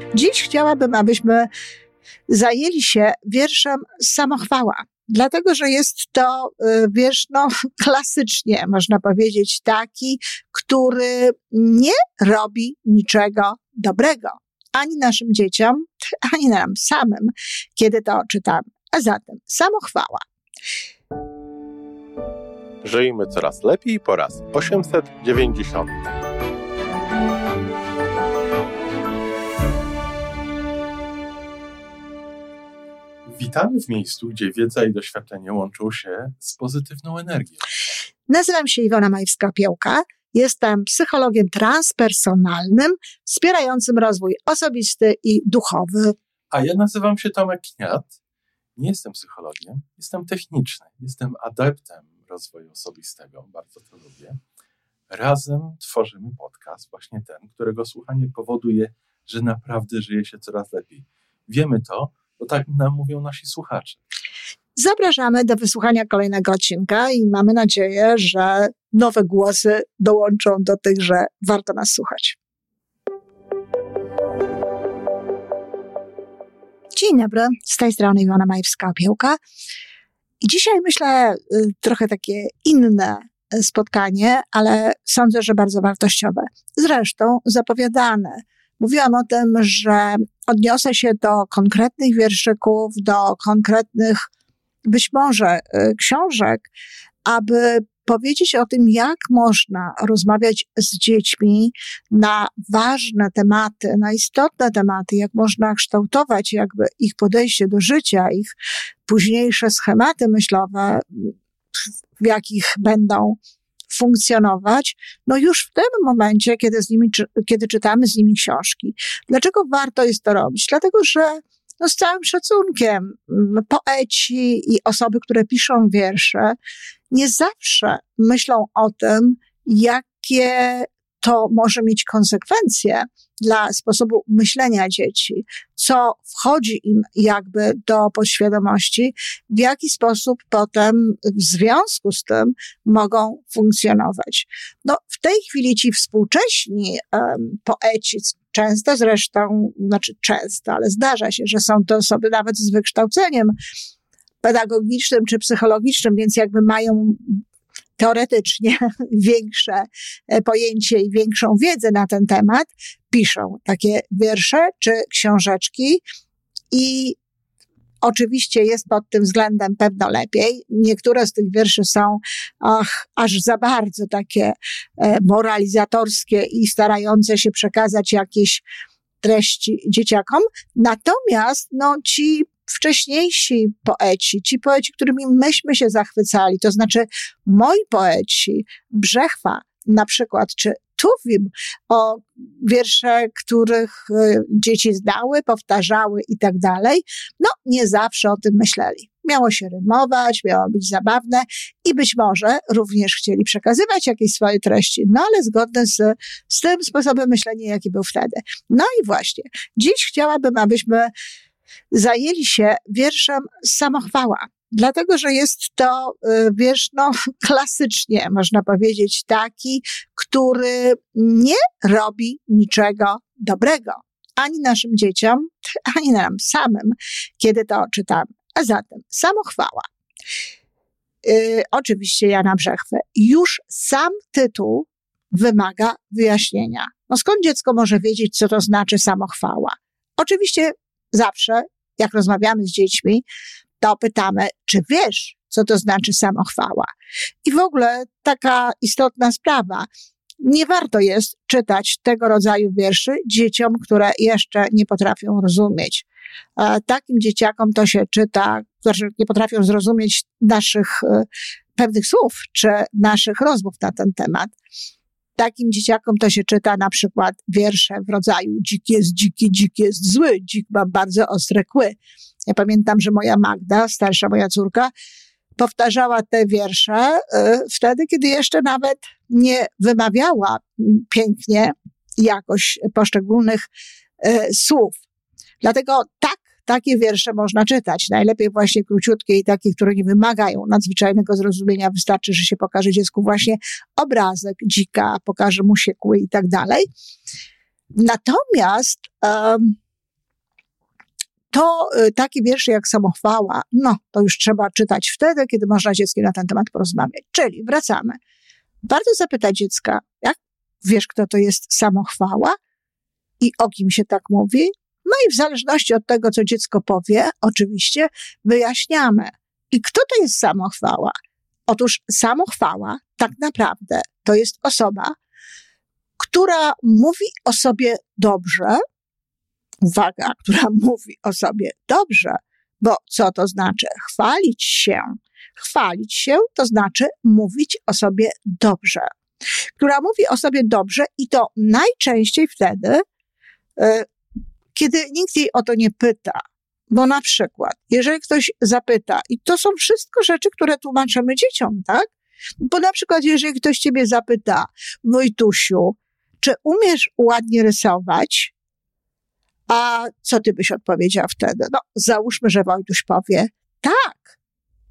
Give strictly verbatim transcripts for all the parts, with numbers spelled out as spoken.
Dziś chciałabym, abyśmy zajęli się wierszem Samochwała. Dlatego, że jest to wiersz, no, klasycznie można powiedzieć taki, który nie robi niczego dobrego. Ani naszym dzieciom, ani nam samym, kiedy to czytamy. A zatem Samochwała. Żyjmy coraz lepiej po raz osiemset dziewięćdziesiąty. Witamy w miejscu, gdzie wiedza i doświadczenie łączą się z pozytywną energią. Nazywam się Iwona Majewska-Opiełka. Jestem psychologiem transpersonalnym, wspierającym rozwój osobisty i duchowy. A ja nazywam się Tomek Kniat. Nie jestem psychologiem, jestem techniczny. Jestem adeptem rozwoju osobistego. Bardzo to lubię. Razem tworzymy podcast, właśnie ten, którego słuchanie powoduje, że naprawdę żyje się coraz lepiej. Wiemy to, bo tak nam mówią nasi słuchacze. Zapraszamy do wysłuchania kolejnego odcinka i mamy nadzieję, że nowe głosy dołączą do tych, że warto nas słuchać. Dzień dobry, z tej strony Iwona Majewska-Opiełka. I dzisiaj myślę trochę takie inne spotkanie, ale sądzę, że bardzo wartościowe. Zresztą zapowiadane. Mówiłam o tym, że odniosę się do konkretnych wierszyków, do konkretnych być może książek, aby powiedzieć o tym, jak można rozmawiać z dziećmi na ważne tematy, na istotne tematy, jak można kształtować jakby ich podejście do życia, ich późniejsze schematy myślowe, w jakich będą funkcjonować, no już w tym momencie, kiedy z nimi, kiedy czytamy z nimi książki. Dlaczego warto jest to robić? Dlatego, że no z całym szacunkiem poeci i osoby, które piszą wiersze, nie zawsze myślą o tym, jakie to może mieć konsekwencje dla sposobu myślenia dzieci, co wchodzi im jakby do podświadomości, w jaki sposób potem w związku z tym mogą funkcjonować. No, w tej chwili ci współcześni um, poeci, często zresztą, znaczy często, ale zdarza się, że są to osoby nawet z wykształceniem pedagogicznym czy psychologicznym, więc jakby mają teoretycznie większe pojęcie i większą wiedzę na ten temat, piszą takie wiersze czy książeczki i oczywiście jest pod tym względem pewno lepiej. Niektóre z tych wierszy są ach, aż za bardzo takie moralizatorskie i starające się przekazać jakieś treści dzieciakom. Natomiast no, ci wcześniejsi poeci, ci poeci, którymi myśmy się zachwycali, to znaczy moi poeci, Brzechwa na przykład, czy Tuwim, o wiersze, których dzieci znały, powtarzały i tak dalej, no nie zawsze o tym myśleli. Miało się rymować, miało być zabawne i być może również chcieli przekazywać jakieś swoje treści, no ale zgodne z, z tym sposobem myślenia, jaki był wtedy. No i właśnie, dziś chciałabym, abyśmy zajęli się wierszem Samochwała. Dlatego, że jest to wiersz, no, klasycznie można powiedzieć taki, który nie robi niczego dobrego. Ani naszym dzieciom, ani nam samym, kiedy to czytamy. A zatem Samochwała. Yy, oczywiście Jana Brzechwy. Już sam tytuł wymaga wyjaśnienia. No skąd dziecko może wiedzieć, co to znaczy samochwała? Oczywiście zawsze, jak rozmawiamy z dziećmi, to pytamy, czy wiesz, co to znaczy samochwała? I w ogóle taka istotna sprawa. Nie warto jest czytać tego rodzaju wierszy dzieciom, które jeszcze nie potrafią rozumieć. Takim dzieciakom to się czyta, które nie potrafią zrozumieć naszych pewnych słów, czy naszych rozmów na ten temat. Takim dzieciakom to się czyta na przykład wiersze w rodzaju dzik jest dziki, dzik jest zły, dzik ma bardzo ostre kły. Ja pamiętam, że moja Magda, starsza moja córka, powtarzała te wiersze y, wtedy, kiedy jeszcze nawet nie wymawiała pięknie jakoś poszczególnych y, słów. Dlatego tak, takie wiersze można czytać. Najlepiej właśnie króciutkie i takie, które nie wymagają nadzwyczajnego zrozumienia. Wystarczy, że się pokaże dziecku właśnie obrazek dzika, pokaże mu się kły i tak dalej. Natomiast um, to y, takie wiersze jak Samochwała, no to już trzeba czytać wtedy, kiedy można z dzieckiem na ten temat porozmawiać. Czyli wracamy. Warto zapytać dziecka, jak wiesz, kto to jest samochwała i o kim się tak mówi? No i w zależności od tego, co dziecko powie, oczywiście wyjaśniamy. I kto to jest samochwała? Otóż samochwała tak naprawdę to jest osoba, która mówi o sobie dobrze, uwaga, która mówi o sobie dobrze, bo co to znaczy? Chwalić się. Chwalić się to znaczy mówić o sobie dobrze. Która mówi o sobie dobrze i to najczęściej wtedy, yy, kiedy nikt jej o to nie pyta. Bo na przykład, jeżeli ktoś zapyta, i to są wszystko rzeczy, które tłumaczymy dzieciom, tak? Bo na przykład, jeżeli ktoś ciebie zapyta, Wojtusiu, czy umiesz ładnie rysować? A co ty byś odpowiedział wtedy? No, załóżmy, że Wojtuś powie, tak.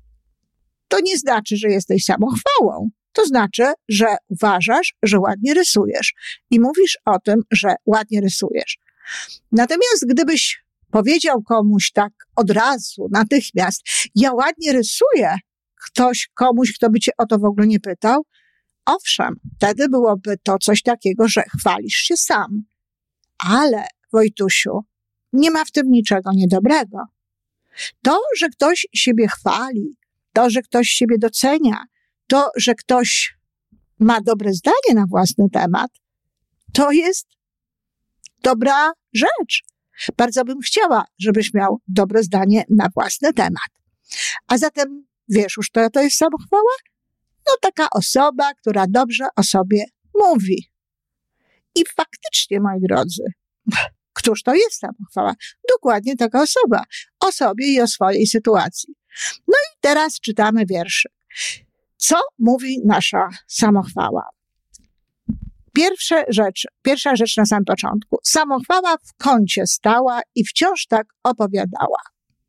To nie znaczy, że jesteś samochwałą. To znaczy, że uważasz, że ładnie rysujesz i mówisz o tym, że ładnie rysujesz. Natomiast gdybyś powiedział komuś tak od razu, natychmiast, ja ładnie rysuję, ktoś, komuś, kto by cię o to w ogóle nie pytał, owszem, wtedy byłoby to coś takiego, że chwalisz się sam. Ale, Wojtusiu, nie ma w tym niczego niedobrego. To, że ktoś siebie chwali, to, że ktoś siebie docenia, to, że ktoś ma dobre zdanie na własny temat, to jest dobra rzecz. Bardzo bym chciała, żebyś miał dobre zdanie na własny temat. A zatem, wiesz już, to, to jest samochwała? No taka osoba, która dobrze o sobie mówi. I faktycznie, moi drodzy, któż to jest samochwała? Dokładnie taka osoba. O sobie i o swojej sytuacji. No i teraz czytamy wierszyk. Co mówi nasza samochwała? Pierwsza rzecz, pierwsza rzecz na samym początku. Samochwała w kącie stała i wciąż tak opowiadała.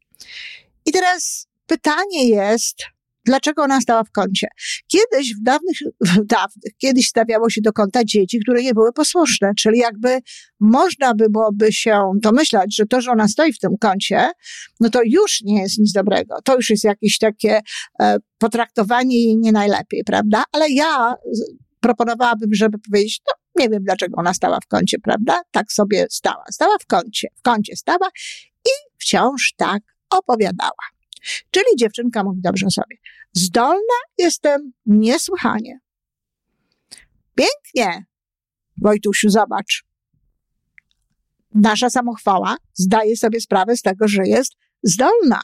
I teraz pytanie jest, dlaczego ona stała w kącie? Kiedyś, w dawnych, w dawnych, kiedyś stawiało się do kąta dzieci, które nie były posłuszne, czyli jakby można by byłoby się domyślać, że to, że ona stoi w tym kącie, no to już nie jest nic dobrego. To już jest jakieś takie e, potraktowanie jej nie najlepiej, prawda? Ale ja proponowałabym, żeby powiedzieć, no nie wiem, dlaczego ona stała w kącie, prawda? Tak sobie stała. Stała w kącie, w kącie stała i wciąż tak opowiadała. Czyli dziewczynka mówi dobrze o sobie. Zdolna jestem niesłychanie. Pięknie, Wojtusiu, zobacz. Nasza samochwała zdaje sobie sprawę z tego, że jest zdolna.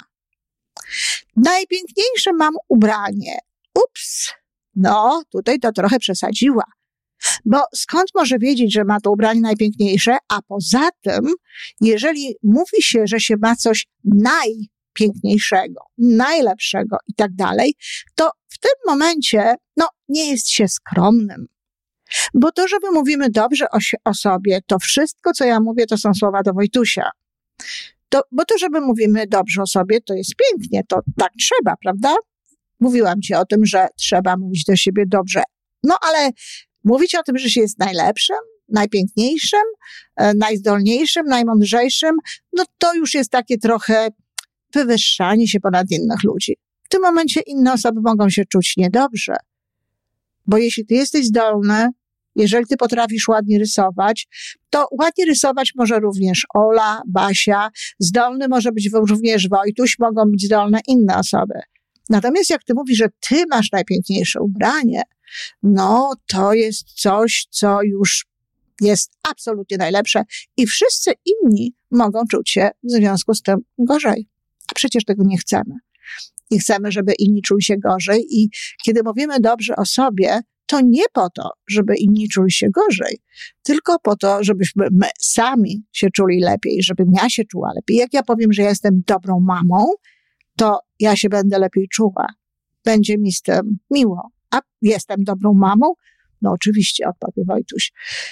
Najpiękniejsze mam ubranie. Ups, no tutaj to trochę przesadziła. Bo skąd może wiedzieć, że ma to ubranie najpiękniejsze? A poza tym, jeżeli mówi się, że się ma coś najpiękniejszego, najlepszego i tak dalej, to w tym momencie, no, nie jest się skromnym. Bo to, że my mówimy dobrze o, o sobie, to wszystko, co ja mówię, to są słowa do Wojtusia. To, bo to, że my mówimy dobrze o sobie, to jest pięknie, to tak trzeba, prawda? Mówiłam ci o tym, że trzeba mówić do siebie dobrze. No, ale mówić o tym, że się jest najlepszym, najpiękniejszym, e, najzdolniejszym, najmądrzejszym, no to już jest takie trochę wywyższanie się ponad innych ludzi. W tym momencie inne osoby mogą się czuć niedobrze. Bo jeśli ty jesteś zdolny, jeżeli ty potrafisz ładnie rysować, to ładnie rysować może również Ola, Basia, zdolny może być również Wojtuś, mogą być zdolne inne osoby. Natomiast jak ty mówisz, że ty masz najpiękniejsze ubranie, no to jest coś, co już jest absolutnie najlepsze i wszyscy inni mogą czuć się w związku z tym gorzej. A przecież tego nie chcemy. Nie chcemy, żeby inni czuli się gorzej i kiedy mówimy dobrze o sobie, to nie po to, żeby inni czuli się gorzej, tylko po to, żebyśmy my sami się czuli lepiej, żebym ja się czuła lepiej. Jak ja powiem, że ja jestem dobrą mamą, to ja się będę lepiej czuła. Będzie mi z tym miło. A jestem dobrą mamą? No oczywiście, odpowie Wojtuś,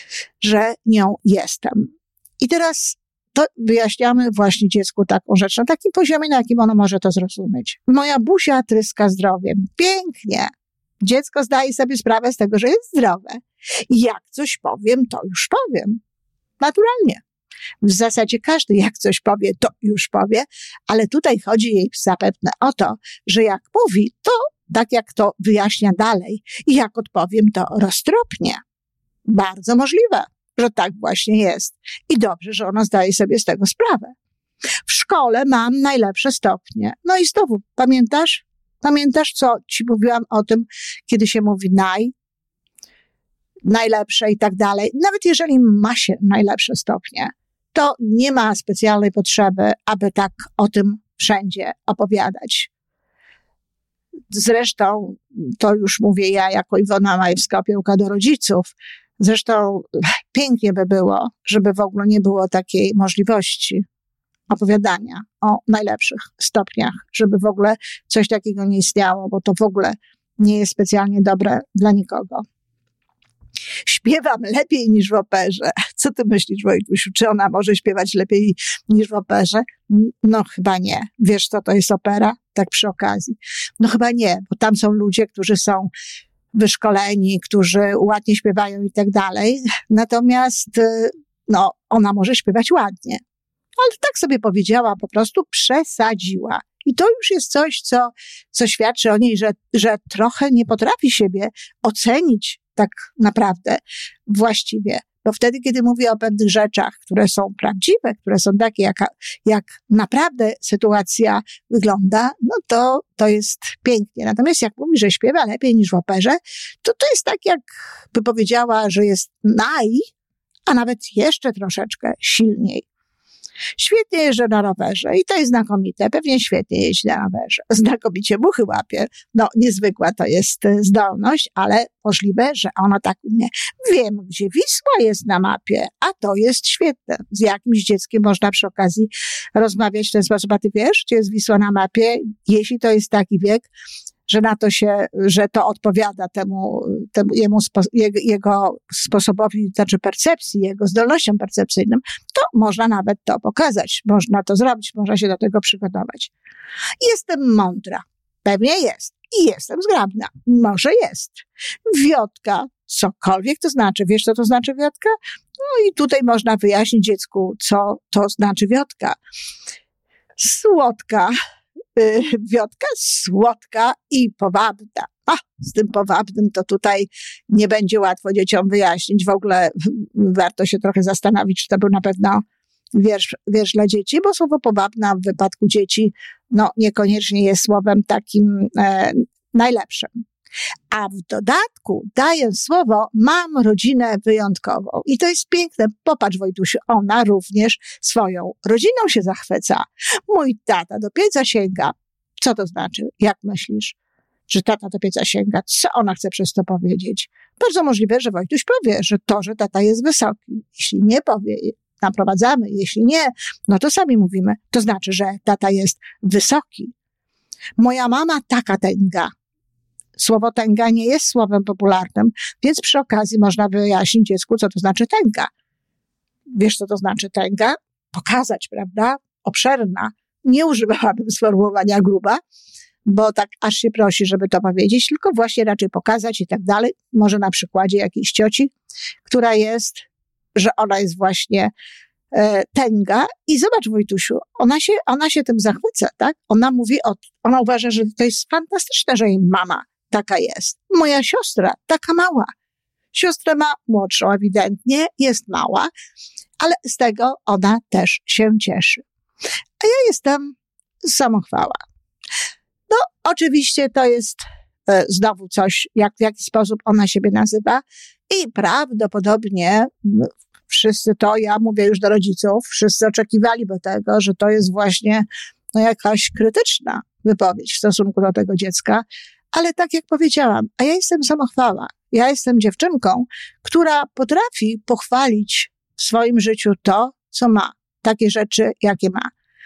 że nią jestem. I teraz to wyjaśniamy właśnie dziecku taką rzecz, na takim poziomie, na jakim ono może to zrozumieć. Moja Busia tryska zdrowiem. Pięknie. Dziecko zdaje sobie sprawę z tego, że jest zdrowe. I jak coś powiem, to już powiem. Naturalnie. W zasadzie każdy jak coś powie, to już powie, ale tutaj chodzi jej zapewne o to, że jak mówi, to tak jak to wyjaśnia dalej i jak odpowiem, to roztropnie. Bardzo możliwe, że tak właśnie jest. I dobrze, że ona zdaje sobie z tego sprawę. W szkole mam najlepsze stopnie. No i znowu, pamiętasz? Pamiętasz, co ci mówiłam o tym, kiedy się mówi naj, najlepsze i tak dalej. Nawet jeżeli ma się najlepsze stopnie, to nie ma specjalnej potrzeby, aby tak o tym wszędzie opowiadać. Zresztą, to już mówię ja jako Iwona Majewska-Opiełka do rodziców, zresztą pięknie by było, żeby w ogóle nie było takiej możliwości opowiadania o najlepszych stopniach, żeby w ogóle coś takiego nie istniało, bo to w ogóle nie jest specjalnie dobre dla nikogo. Śpiewam lepiej niż w operze. Co ty myślisz, Wojtusiu? Czy ona może śpiewać lepiej niż w operze? No chyba nie. Wiesz, co to jest opera? Tak przy okazji. No chyba nie, bo tam są ludzie, którzy są wyszkoleni, którzy ładnie śpiewają i tak dalej. Natomiast no, ona może śpiewać ładnie. Ale tak sobie powiedziała, po prostu przesadziła. I to już jest coś, co, co świadczy o niej, że, że trochę nie potrafi siebie ocenić tak naprawdę właściwie. Bo wtedy, kiedy mówię o pewnych rzeczach, które są prawdziwe, które są takie, jak, jak naprawdę sytuacja wygląda, no to, to jest pięknie. Natomiast jak mówi, że śpiewa lepiej niż w operze, to to jest tak, jakby powiedziała, że jest naj, a nawet jeszcze troszeczkę silniej. Świetnie jeżdżę na rowerze i to jest znakomite. Pewnie świetnie jeździ na rowerze. Znakomicie muchy łapie. No, niezwykła to jest zdolność, ale możliwe, że ona tak umie. Wiem, gdzie Wisła jest na mapie, a to jest świetne. Z jakimś dzieckiem można przy okazji rozmawiać w ten sposób. A ty wiesz, gdzie jest Wisła na mapie? Jeśli to jest taki wiek, że na to się, że to odpowiada temu, temu jemu, jego, jego sposobowi, znaczy percepcji, jego zdolnościom percepcyjnym, to można nawet to pokazać. Można to zrobić, można się do tego przygotować. Jestem mądra. Pewnie jest. I jestem zgrabna. Może jest. Wiotka. Cokolwiek to znaczy. Wiesz, co to znaczy wiotka? No i tutaj można wyjaśnić dziecku, co to znaczy wiotka. Słodka. Wiotka, słodka i powabna. A, z tym powabnym to tutaj nie będzie łatwo dzieciom wyjaśnić. W ogóle warto się trochę zastanowić, czy to był na pewno wiersz, wiersz dla dzieci, bo słowo powabna w wypadku dzieci no niekoniecznie jest słowem takim e, najlepszym. A w dodatku daję słowo mam rodzinę wyjątkową. I to jest piękne. Popatrz, Wojtusiu, ona również swoją rodziną się zachwyca. Mój tata do pieca sięga. Co to znaczy? Jak myślisz? Że tata do pieca sięga? Co ona chce przez to powiedzieć? Bardzo możliwe, że Wojtuś powie, że to, że tata jest wysoki. Jeśli nie powie, naprowadzamy. Jeśli nie, no to sami mówimy. To znaczy, że tata jest wysoki. Moja mama taka tęga. Słowo tęga nie jest słowem popularnym, więc przy okazji można wyjaśnić dziecku, co to znaczy tęga. Wiesz, co to znaczy tęga? Pokazać, prawda? Obszerna. Nie używałabym sformułowania gruba, bo tak aż się prosi, żeby to powiedzieć, tylko właśnie raczej pokazać i tak dalej. Może na przykładzie jakiejś cioci, która jest, że ona jest właśnie e, tęga i zobacz, Wojtusiu, ona się, ona się tym zachwyca, tak? Ona mówi, o, ona uważa, że to jest fantastyczne, że jej mama taka jest. Moja siostra, taka mała. Siostra ma młodszą ewidentnie, jest mała, ale z tego ona też się cieszy. A ja jestem samochwała. No, oczywiście to jest e, znowu coś, jak w jaki sposób ona siebie nazywa i prawdopodobnie no, wszyscy to, ja mówię już do rodziców, wszyscy oczekiwaliby tego, że to jest właśnie no, jakaś krytyczna wypowiedź w stosunku do tego dziecka, ale tak jak powiedziałam, a ja jestem samochwała. Ja jestem dziewczynką, która potrafi pochwalić w swoim życiu to, co ma. Takie rzeczy, jakie ma.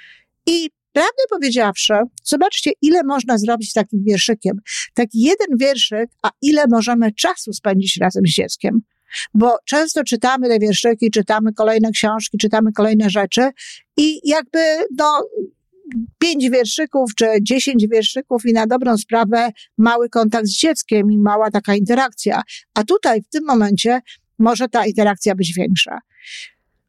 I prawdę powiedziawszy, zobaczcie, ile można zrobić z takim wierszykiem. Taki jeden wierszyk, a ile możemy czasu spędzić razem z dzieckiem. Bo często czytamy te wierszyki, czytamy kolejne książki, czytamy kolejne rzeczy i jakby, no, pięć wierszyków czy dziesięć wierszyków i na dobrą sprawę mały kontakt z dzieckiem i mała taka interakcja. A tutaj w tym momencie może ta interakcja być większa.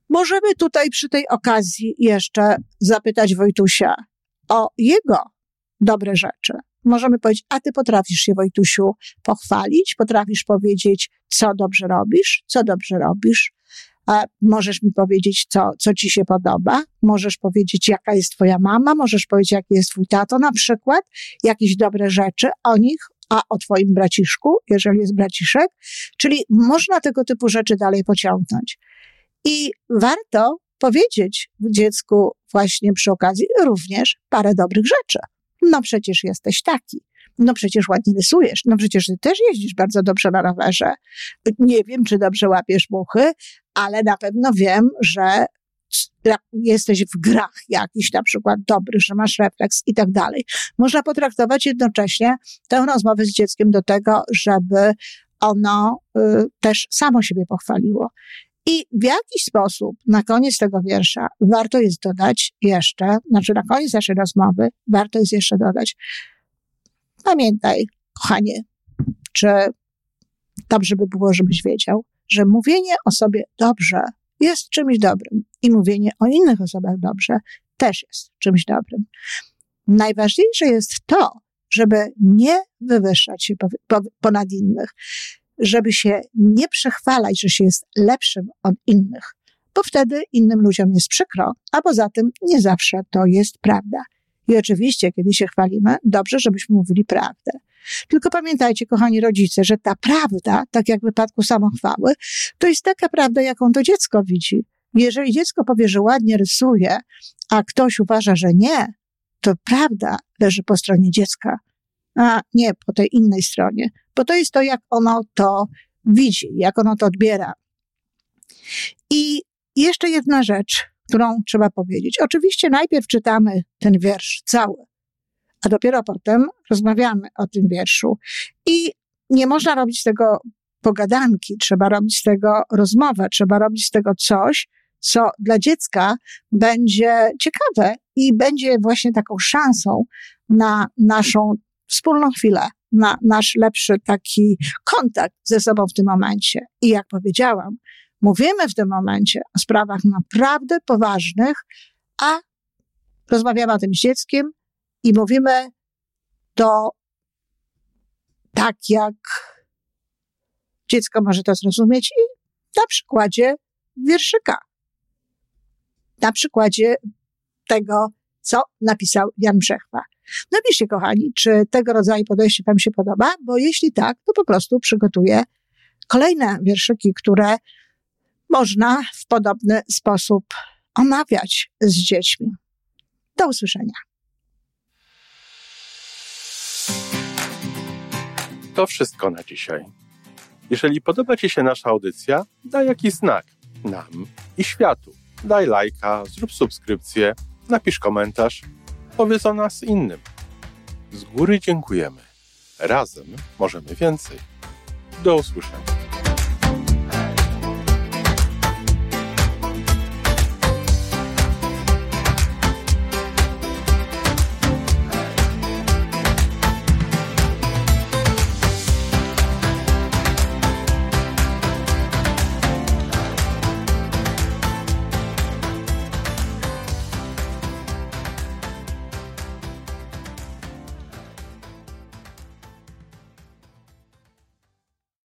Możemy tutaj przy tej okazji jeszcze zapytać Wojtusia o jego dobre rzeczy. Możemy powiedzieć, a ty potrafisz się, Wojtusiu, pochwalić, potrafisz powiedzieć, co dobrze robisz, co dobrze robisz. A możesz mi powiedzieć, co, co ci się podoba. Możesz powiedzieć, jaka jest twoja mama, możesz powiedzieć, jaki jest twój tato na przykład, jakieś dobre rzeczy o nich, a o twoim braciszku, jeżeli jest braciszek. Czyli można tego typu rzeczy dalej pociągnąć. I warto powiedzieć dziecku właśnie przy okazji również parę dobrych rzeczy. No przecież jesteś taki. No przecież ładnie rysujesz. No przecież ty też jeździsz bardzo dobrze na rowerze. Nie wiem, czy dobrze łapiesz muchy, ale na pewno wiem, że jesteś w grach jakiś na przykład dobry, że masz refleks i tak dalej. Można potraktować jednocześnie tę rozmowę z dzieckiem do tego, żeby ono y, też samo siebie pochwaliło. I w jakiś sposób na koniec tego wiersza warto jest dodać jeszcze, znaczy na koniec naszej rozmowy warto jest jeszcze dodać: pamiętaj, kochanie, czy dobrze by było, żebyś wiedział, że mówienie o sobie dobrze jest czymś dobrym i mówienie o innych osobach dobrze też jest czymś dobrym. Najważniejsze jest to, żeby nie wywyższać się po, po, ponad innych, żeby się nie przechwalać, że się jest lepszym od innych, bo wtedy innym ludziom jest przykro, a poza tym nie zawsze to jest prawda. I oczywiście, kiedy się chwalimy, dobrze, żebyśmy mówili prawdę. Tylko pamiętajcie, kochani rodzice, że ta prawda, tak jak w wypadku samochwały, to jest taka prawda, jaką to dziecko widzi. Jeżeli dziecko powie, że ładnie rysuje, a ktoś uważa, że nie, to prawda leży po stronie dziecka, a nie po tej innej stronie. Bo to jest to, jak ono to widzi, jak ono to odbiera. I jeszcze jedna rzecz, którą trzeba powiedzieć. Oczywiście najpierw czytamy ten wiersz cały, a dopiero potem rozmawiamy o tym wierszu. I nie można robić z tego pogadanki, trzeba robić z tego rozmowę, trzeba robić z tego coś, co dla dziecka będzie ciekawe i będzie właśnie taką szansą na naszą wspólną chwilę, na nasz lepszy taki kontakt ze sobą w tym momencie. I jak powiedziałam, mówimy w tym momencie o sprawach naprawdę poważnych, a rozmawiamy o tym z dzieckiem i mówimy to tak, jak dziecko może to zrozumieć i na przykładzie wierszyka. Na przykładzie tego, co napisał Jan Brzechwa. Napiszcie, kochani, czy tego rodzaju podejście wam się podoba, bo jeśli tak, to po prostu przygotuję kolejne wierszyki, które można w podobny sposób omawiać z dziećmi. Do usłyszenia. To wszystko na dzisiaj. Jeżeli podoba ci się nasza audycja, daj jakiś znak nam i światu. Daj lajka, zrób subskrypcję, napisz komentarz, powiedz o nas innym. Z góry dziękujemy. Razem możemy więcej. Do usłyszenia.